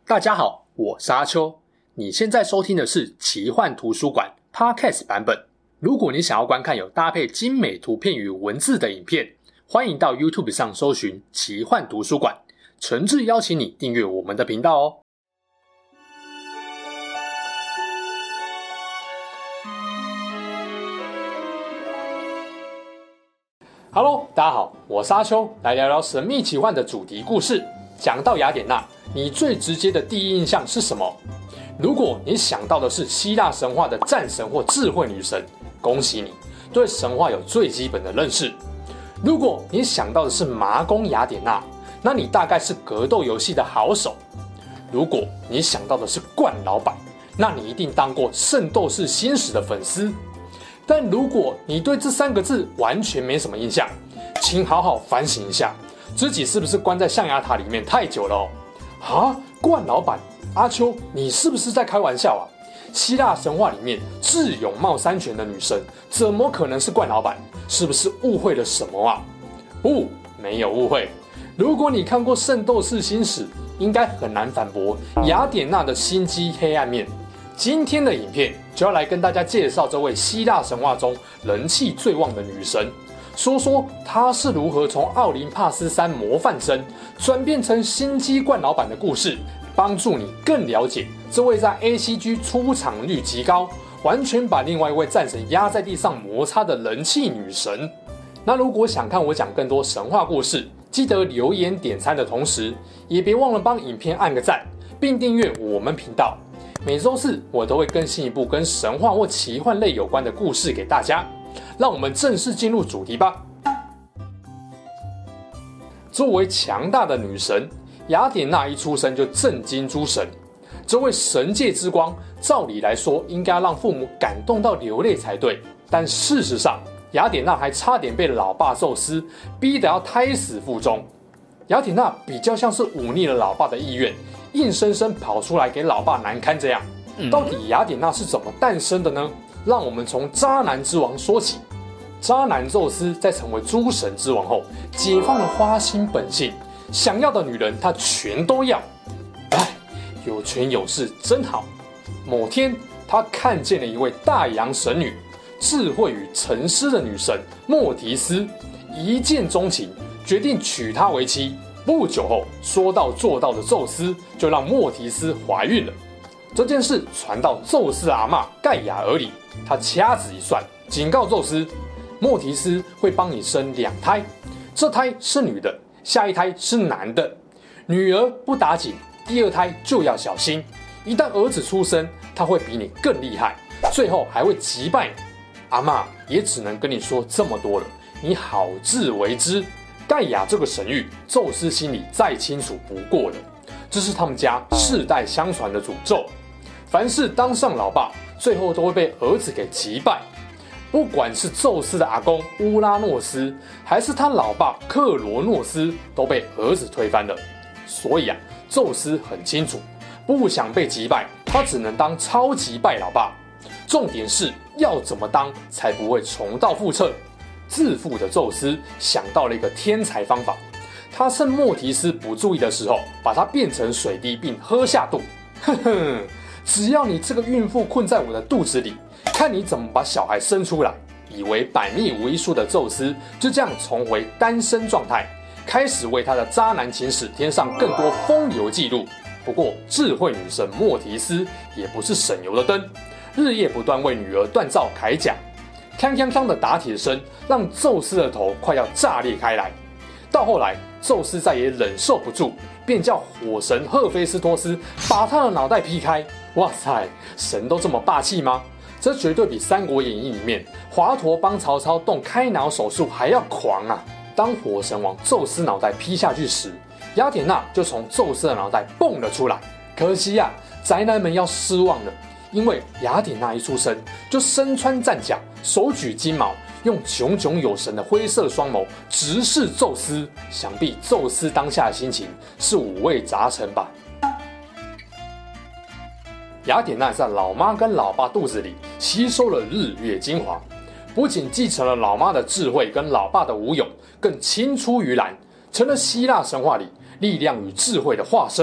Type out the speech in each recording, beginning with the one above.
大家好，我是阿秋。你现在收听的是奇幻图书馆 Podcast 版本。如果你想要观看有搭配精美图片与文字的影片，欢迎到 YouTube 上搜寻奇幻图书馆，诚挚邀请你订阅我们的频道哦。Hello， 大家好，我是阿秋，来聊聊神秘奇幻的主题故事。讲到雅典娜，你最直接的第一印象是什么？如果你想到的是希腊神话的战神或智慧女神，恭喜你，对神话有最基本的认识。如果你想到的是麻宫雅典娜，那你大概是格斗游戏的好手。如果你想到的是冠老板，那你一定当过《圣斗士星矢》的粉丝。但如果你对这3个字完全没什么印象，请好好反省一下，自己是不是关在象牙塔里面太久了哦？冠老板，阿秋，你是不是在开玩笑啊？希腊神话里面智勇貌三全的女神，怎么可能是冠老板？是不是误会了什么啊？不，没有误会。如果你看过《圣斗士星矢》，应该很难反驳雅典娜的心机黑暗面。今天的影片就要来跟大家介绍这位希腊神话中人气最旺的女神，说说她是如何从奥林帕斯山模范生转变成心机冠老板的故事，帮助你更了解这位在 ACG 出场率极高，完全把另外一位战神压在地上摩擦的人气女神。那如果想看我讲更多神话故事，记得留言点赞的同时，也别忘了帮影片按个赞，并订阅我们频道。每周四我都会更新一部跟神话或奇幻类有关的故事给大家。让我们正式进入主题吧。作为强大的女神，雅典娜一出生就震惊诸神。这位神界之光，照理来说应该让父母感动到流泪才对，但事实上，雅典娜还差点被老爸宙斯逼得要胎死腹中。雅典娜比较像是忤逆了老爸的意愿，硬生生跑出来给老爸难堪这样。到底雅典娜是怎么诞生的呢？让我们从渣男之王说起。渣男宙斯在成为诸神之王后，解放了花心本性，想要的女人他全都要。有权有势真好。某天，他看见了一位大洋神女，智慧与沉思的女神莫提斯，一见钟情，决定娶她为妻。不久后，说到做到的宙斯就让莫提斯怀孕了。这件事传到宙斯阿嬷盖亚耳里，他掐指一算，警告宙斯，莫提斯会帮你生2胎，这胎是女的，下一胎是男的。女儿不打紧，第2胎就要小心，一旦儿子出生，他会比你更厉害，最后还会击败你。阿嬷也只能跟你说这么多了，你好自为之。盖亚这个神谕，宙斯心里再清楚不过了，这是他们家世代相传的诅咒。凡是当上老爸，最后都会被儿子给击败。不管是宙斯的阿公乌拉诺斯，还是他老爸克罗诺斯，都被儿子推翻了。所以宙斯很清楚，不想被击败，他只能当超级败老爸。重点是要怎么当才不会重蹈覆辙。自负的宙斯想到了一个天才方法，他趁莫提斯不注意的时候，把它变成水滴并喝下肚。只要你这个孕妇困在我的肚子里，看你怎么把小孩生出来。以为百密无一疏的宙斯就这样重回单身状态，开始为他的渣男情史添上更多风流记录。不过智慧女神莫提斯也不是省油的灯，日夜不断为女儿锻造铠甲。锵锵锵的打铁声让宙斯的头快要炸裂开来。到后来，宙斯再也忍受不住，便叫火神赫菲斯托斯把他的脑袋劈开。哇塞，神都这么霸气吗？这绝对比《三国演义》里面华佗帮曹操动开脑手术还要狂啊！当火神往宙斯脑袋劈下去时，雅典娜就从宙斯的脑袋蹦了出来。可惜宅男们要失望了，因为雅典娜一出生就身穿战甲，手举金矛，用炯炯有神的灰色双眸直视宙斯。想必宙斯当下的心情是五味杂陈吧。雅典娜在老妈跟老爸肚子里吸收了日月精华，不仅继承了老妈的智慧跟老爸的武勇，更青出于蓝，成了希腊神话里力量与智慧的化身。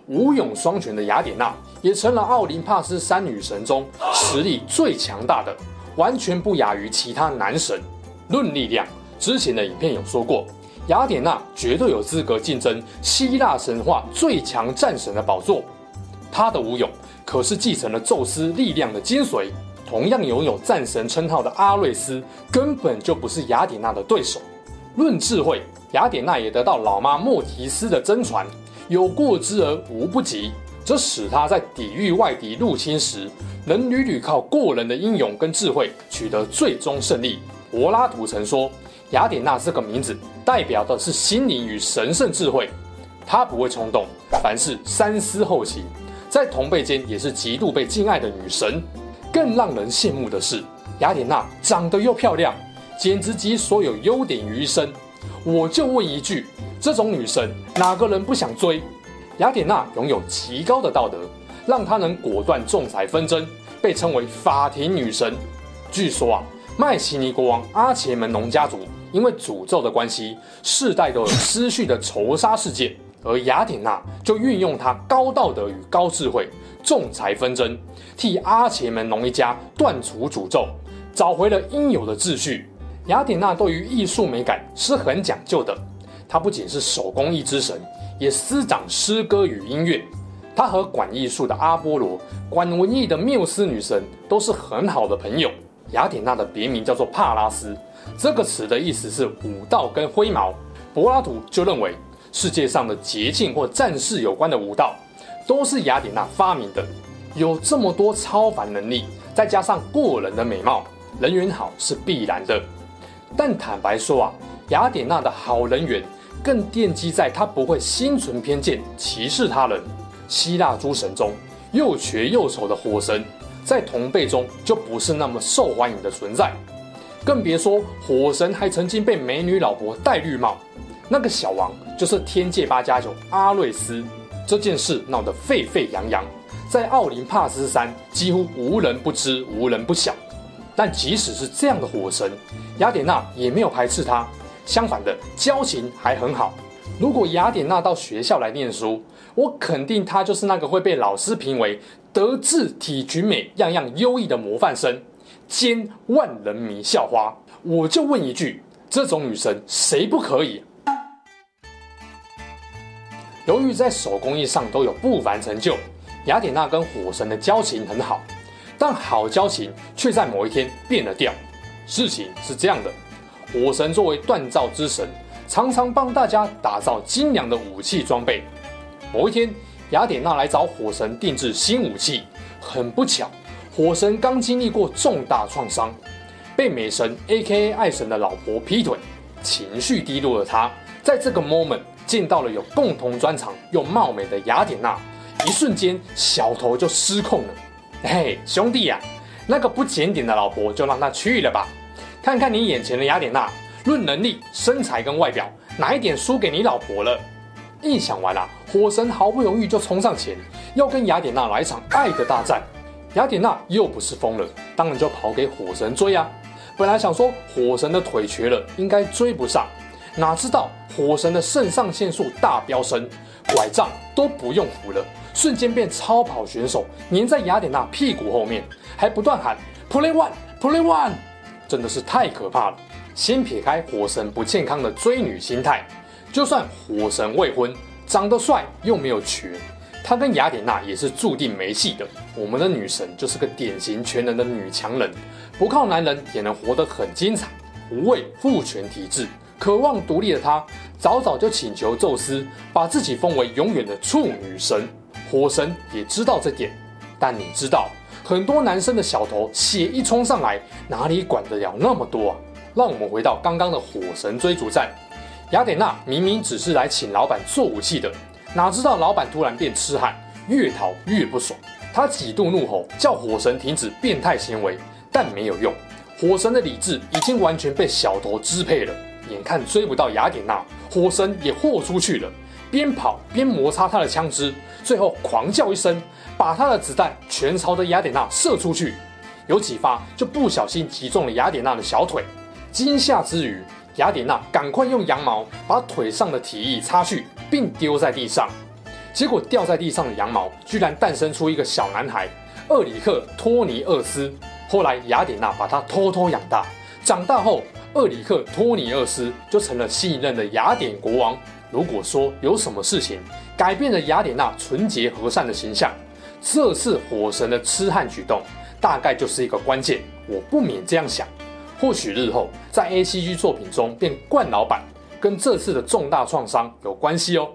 武勇双全的雅典娜也成了奥林帕斯三女神中实力最强大的，完全不亚于其他男神。论力量，之前的影片有说过，雅典娜绝对有资格竞争希腊神话最强战神的宝座。她的武勇可是继承了宙斯力量的精髓，同样拥有战神称号的阿瑞斯根本就不是雅典娜的对手。论智慧，雅典娜也得到老妈莫提斯的真传，有过之而无不及，这使她在抵御外敌入侵时，能屡屡靠过人的英勇跟智慧取得最终胜利。柏拉图曾说，雅典娜这个名字代表的是心灵与神圣智慧，她不会冲动，凡事三思后行，在同辈间也是极度被敬爱的女神。更让人羡慕的是，雅典娜长得又漂亮，简直集所有优点于一身。我就问一句，这种女神哪个人不想追？雅典娜拥有极高的道德，让她能果断仲裁纷争，被称为法庭女神。据说麦奇尼国王阿伽门农家族因为诅咒的关系，世代都有失序的仇杀事件，而雅典娜就运用她高道德与高智慧仲裁纷争，替阿伽门农一家断除诅咒，找回了应有的秩序。雅典娜对于艺术美感是很讲究的，她不仅是手工艺之神，也司掌诗歌与音乐。她和管艺术的阿波罗、管文艺的缪斯女神都是很好的朋友。雅典娜的别名叫做帕拉斯，这个词的意思是武道跟挥毛。柏拉图就认为，世界上的节庆或战事有关的武道，都是雅典娜发明的。有这么多超凡能力，再加上过人的美貌，人缘好是必然的。但坦白说雅典娜的好人缘更奠基在她不会心存偏见歧视他人。希腊诸神中又瘸又丑的火神，在同辈中就不是那么受欢迎的存在，更别说火神还曾经被美女老婆戴绿帽。那个小王就是天界8+9阿瑞斯。这件事闹得沸沸扬扬，在奥林帕斯山几乎无人不知无人不晓。但即使是这样的火神，雅典娜也没有排斥他，相反的，交情还很好。如果雅典娜到学校来念书，我肯定她就是那个会被老师评为德智体群美样样优异的模范生，兼万人迷校花。我就问一句，这种女神谁不可以？由于在手工艺上都有不凡成就，雅典娜跟火神的交情很好。但好交情却在某一天变了调。事情是这样的，火神作为锻造之神，常常帮大家打造精良的武器装备。某一天，雅典娜来找火神定制新武器，很不巧，火神刚经历过重大创伤，被美神 AKA 爱神的老婆劈腿，情绪低落的他，在这个 moment 见到了有共同专长又貌美的雅典娜，一瞬间小头就失控了。嘿，兄弟那个不检点的老婆就让他去了吧，看看你眼前的雅典娜，论能力、身材跟外表，哪一点输给你老婆了？一想完火神毫不犹豫就冲上前，要跟雅典娜来场爱的大战。雅典娜又不是疯了，当然就跑给火神追本来想说火神的腿瘸了，应该追不上，哪知道火神的肾上腺素大飙升，拐杖都不用扶了，瞬间变超跑选手，黏在雅典娜屁股后面，还不断喊 Play One Play One， 真的是太可怕了。先撇开火神不健康的追女心态，就算火神未婚，长得帅又没有瘸，他跟雅典娜也是注定没戏的。我们的女神就是个典型全能的女强人，不靠男人也能活得很精彩。无畏父权体制，渴望独立的她，早早就请求宙斯把自己封为永远的处女神。火神也知道这点，但你知道，很多男生的小头血一冲上来，哪里管得了那么多让我们回到刚刚的火神追逐战，雅典娜明明只是来请老板做武器的，哪知道老板突然变痴汉，越讨越不爽。他几度怒吼，叫火神停止变态行为，但没有用。火神的理智已经完全被小头支配了，眼看追不到雅典娜，火神也豁出去了，边跑边摩擦他的枪支，最后狂叫一声，把他的子弹全朝着雅典娜射出去。有几发就不小心击中了雅典娜的小腿，惊吓之余，雅典娜赶快用羊毛把腿上的体液擦去，并丢在地上。 结果掉在地上的羊毛居然诞生出一个小男孩厄里克托尼厄斯。后来雅典娜把他偷偷养大，长大后厄里克托尼厄斯就成了新一任的雅典国王。如果说有什么事情改变了雅典娜纯洁和善的形象，这次火神的痴汉举动大概就是一个关键。我不免这样想，或许日后在 ACG 作品中变冠老板，跟这次的重大创伤有关系哦。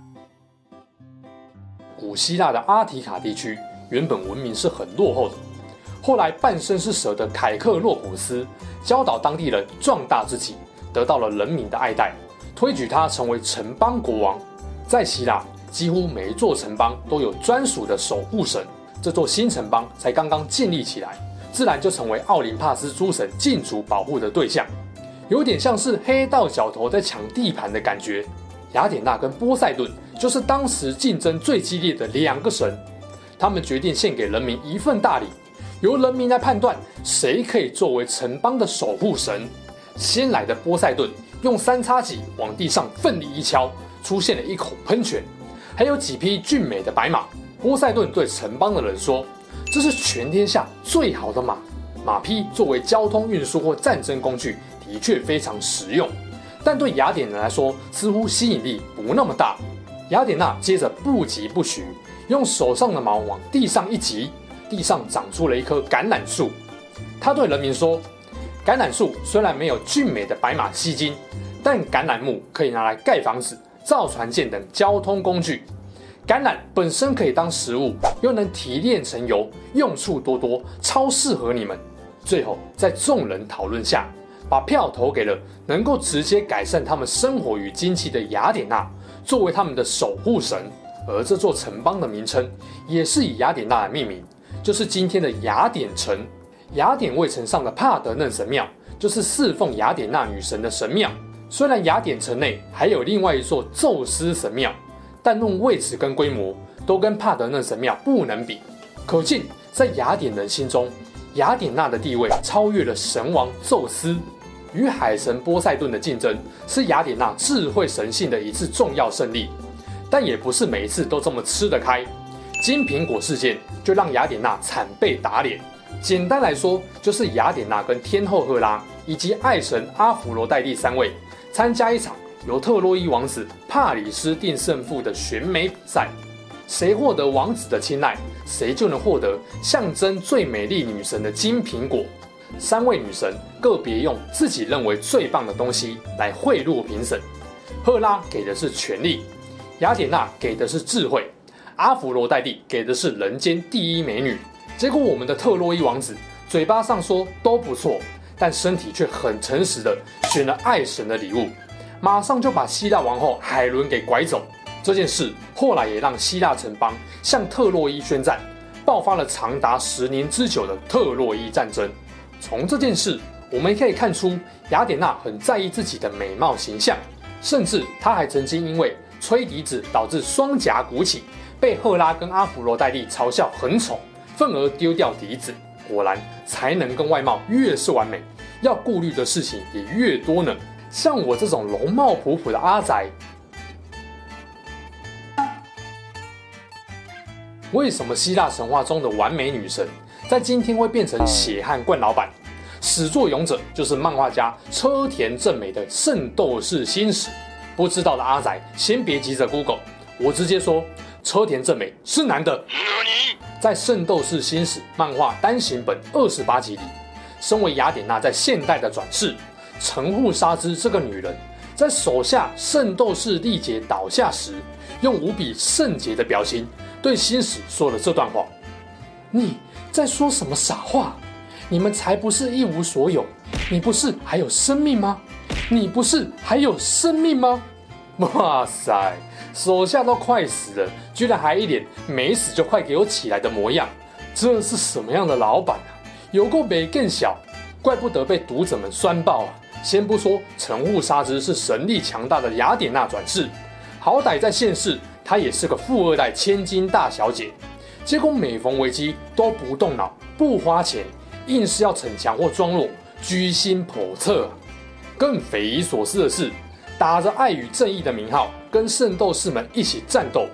古希腊的阿提卡地区原本文明是很落后的，后来半身是蛇的凯克洛普斯教导当地人壮大自己，得到了人民的爱戴，推举他成为城邦国王。在希腊，几乎每一座城邦都有专属的守护神，这座新城邦才刚刚建立起来，自然就成为奥林帕斯诸神禁足保护的对象，有点像是黑道角头在抢地盘的感觉。雅典娜跟波塞顿就是当时竞争最激烈的两个神，他们决定献给人民一份大礼，由人民来判断谁可以作为城邦的守护神。先来的波塞顿用三叉戟往地上奋力一敲，出现了一口喷泉，还有几匹俊美的白马。波塞顿对城邦的人说，这是全天下最好的马，马匹作为交通运输或战争工具的确非常实用，但对雅典人来说似乎吸引力不那么大。雅典娜接着不疾不徐，用手上的矛往地上一击，地上长出了一棵橄榄树。他对人民说，橄榄树虽然没有俊美的白马吸睛，但橄榄木可以拿来盖房子、造船舰等交通工具。橄榄本身可以当食物，又能提炼成油，用处多多，超适合你们。最后在众人讨论下，把票投给了能够直接改善他们生活与经济的雅典娜，作为他们的守护神。而这座城邦的名称也是以雅典娜来命名，就是今天的雅典城。雅典卫城上的帕德嫩神庙就是侍奉雅典娜女神的神庙。虽然雅典城内还有另外一座宙斯神庙，但论位置跟规模都跟帕德嫩神庙不能比。可见在雅典人心中，雅典娜的地位超越了神王宙斯。与海神波塞顿的竞争是雅典娜智慧神性的一次重要胜利，但也不是每一次都这么吃得开。金苹果事件就让雅典娜惨被打脸。简单来说，就是雅典娜跟天后赫拉以及爱神阿芙罗代蒂3位参加一场由特洛伊王子帕里斯定胜负的选美比赛，谁获得王子的青睐，谁就能获得象征最美丽女神的金苹果。3位女神个别用自己认为最棒的东西来贿赂评审。赫拉给的是权力，雅典娜给的是智慧，阿芙罗代蒂给的是人间第一美女。结果我们的特洛伊王子嘴巴上说都不错，但身体却很诚实的选了爱神的礼物，马上就把希腊王后海伦给拐走。这件事后来也让希腊城邦向特洛伊宣战，爆发了长达10年之久的特洛伊战争。从这件事我们可以看出，雅典娜很在意自己的美貌形象，甚至她还曾经因为吹笛子导致双颊鼓起，被赫拉跟阿芙罗代蒂嘲笑很丑，愤而丢掉笛子。果然才能跟外貌越是完美，要顾虑的事情也越多呢。像我这种容貌普普的阿宅，为什么希腊神话中的完美女神在今天会变成血汗冠老板？始作俑者就是漫画家车田正美的《圣斗士星矢》。不知道的阿宅先别急着 Google， 我直接说车田正美是男的。在《圣斗士星矢》漫画单行本28集里，身为雅典娜在现代的转世，城户纱织这个女人，在手下圣斗士力竭倒下时，用无比圣洁的表情对星矢说了这段话：你在说什么傻话？你们才不是一无所有，你不是还有生命吗？你不是还有生命吗？哇塞，手下都快死了，居然还一脸没死就快给我起来的模样，这是什么样的老板啊？有够没更小，怪不得被读者们酸爆啊！先不说城户纱织是神力强大的雅典娜转世，好歹在现世她也是个富二代千金大小姐，结果每逢危机都不动脑不花钱，硬是要逞强或装弱，居心叵测啊！更匪夷所思的是，打着爱与正义的名号跟圣斗士们一起战斗，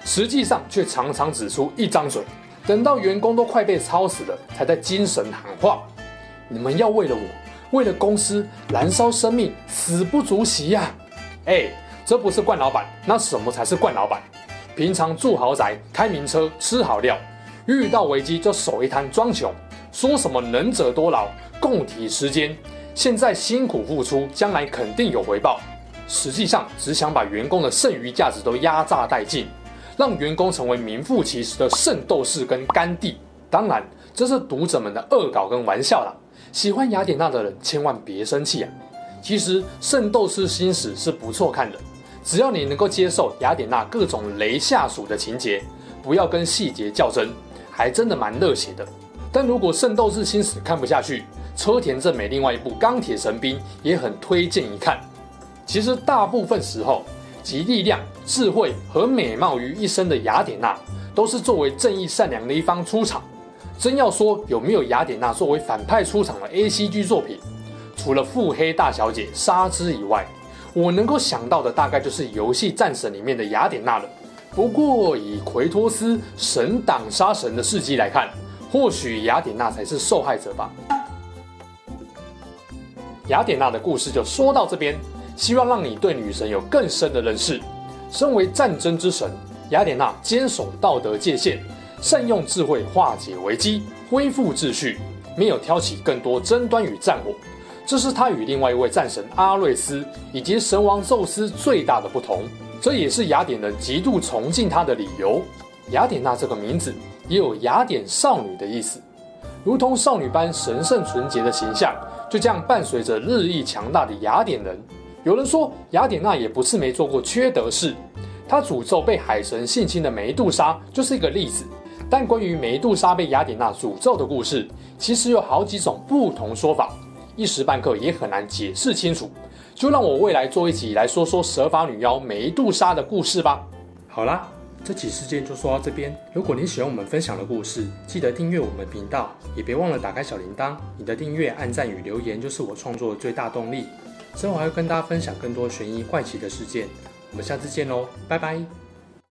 实际上却常常只出一张嘴，等到员工都快被操死了，才在精神喊话：你们要为了我，为了公司燃烧生命，死不足惜呀！这不是惯老板，那什么才是惯老板？平常住豪宅、开名车、吃好料，遇到危机就手一摊装穷，说什么能者多劳、共体时艰，现在辛苦付出，将来肯定有回报。实际上只想把员工的剩余价值都压榨殆尽，让员工成为名副其实的圣斗士跟甘地。当然，这是读者们的恶搞跟玩笑啦。喜欢雅典娜的人千万别生气啊！其实《圣斗士星矢》是不错看的，只要你能够接受雅典娜各种雷下属的情节，不要跟细节较真，还真的蛮热血的。但如果《圣斗士星矢》看不下去，车田正美另外一部《钢铁神兵》也很推荐一看。其实大部分时候，集力量、智慧和美貌于一身的雅典娜，都是作为正义善良的一方出场。真要说有没有雅典娜作为反派出场的 ACG 作品，除了腹黑大小姐纱织以外，我能够想到的大概就是《游戏战神》里面的雅典娜了。不过以奎托斯神挡杀神的事迹来看，或许雅典娜才是受害者吧。雅典娜的故事就说到这边，希望让你对女神有更深的认识。身为战争之神，雅典娜坚守道德界限，善用智慧化解危机，恢复秩序，没有挑起更多争端与战火。这是她与另外一位战神阿瑞斯以及神王宙斯最大的不同，这也是雅典人极度崇敬她的理由。雅典娜这个名字也有雅典少女的意思，如同少女般神圣纯洁的形象，就这样伴随着日益强大的雅典人。有人说雅典娜也不是没做过缺德事，她诅咒被海神性侵的梅杜莎就是一个例子。但关于梅杜莎被雅典娜诅咒的故事，其实有好几种不同说法，一时半刻也很难解释清楚。就让我未来做一集来说说蛇发女妖梅杜莎的故事吧。好啦，这起事件就说到这边。如果你喜欢我们分享的故事，记得订阅我们频道，也别忘了打开小铃铛。你的订阅、按赞与留言就是我创作的最大动力。之后还会跟大家分享更多悬疑怪奇的事件。我们下次见喽，拜拜。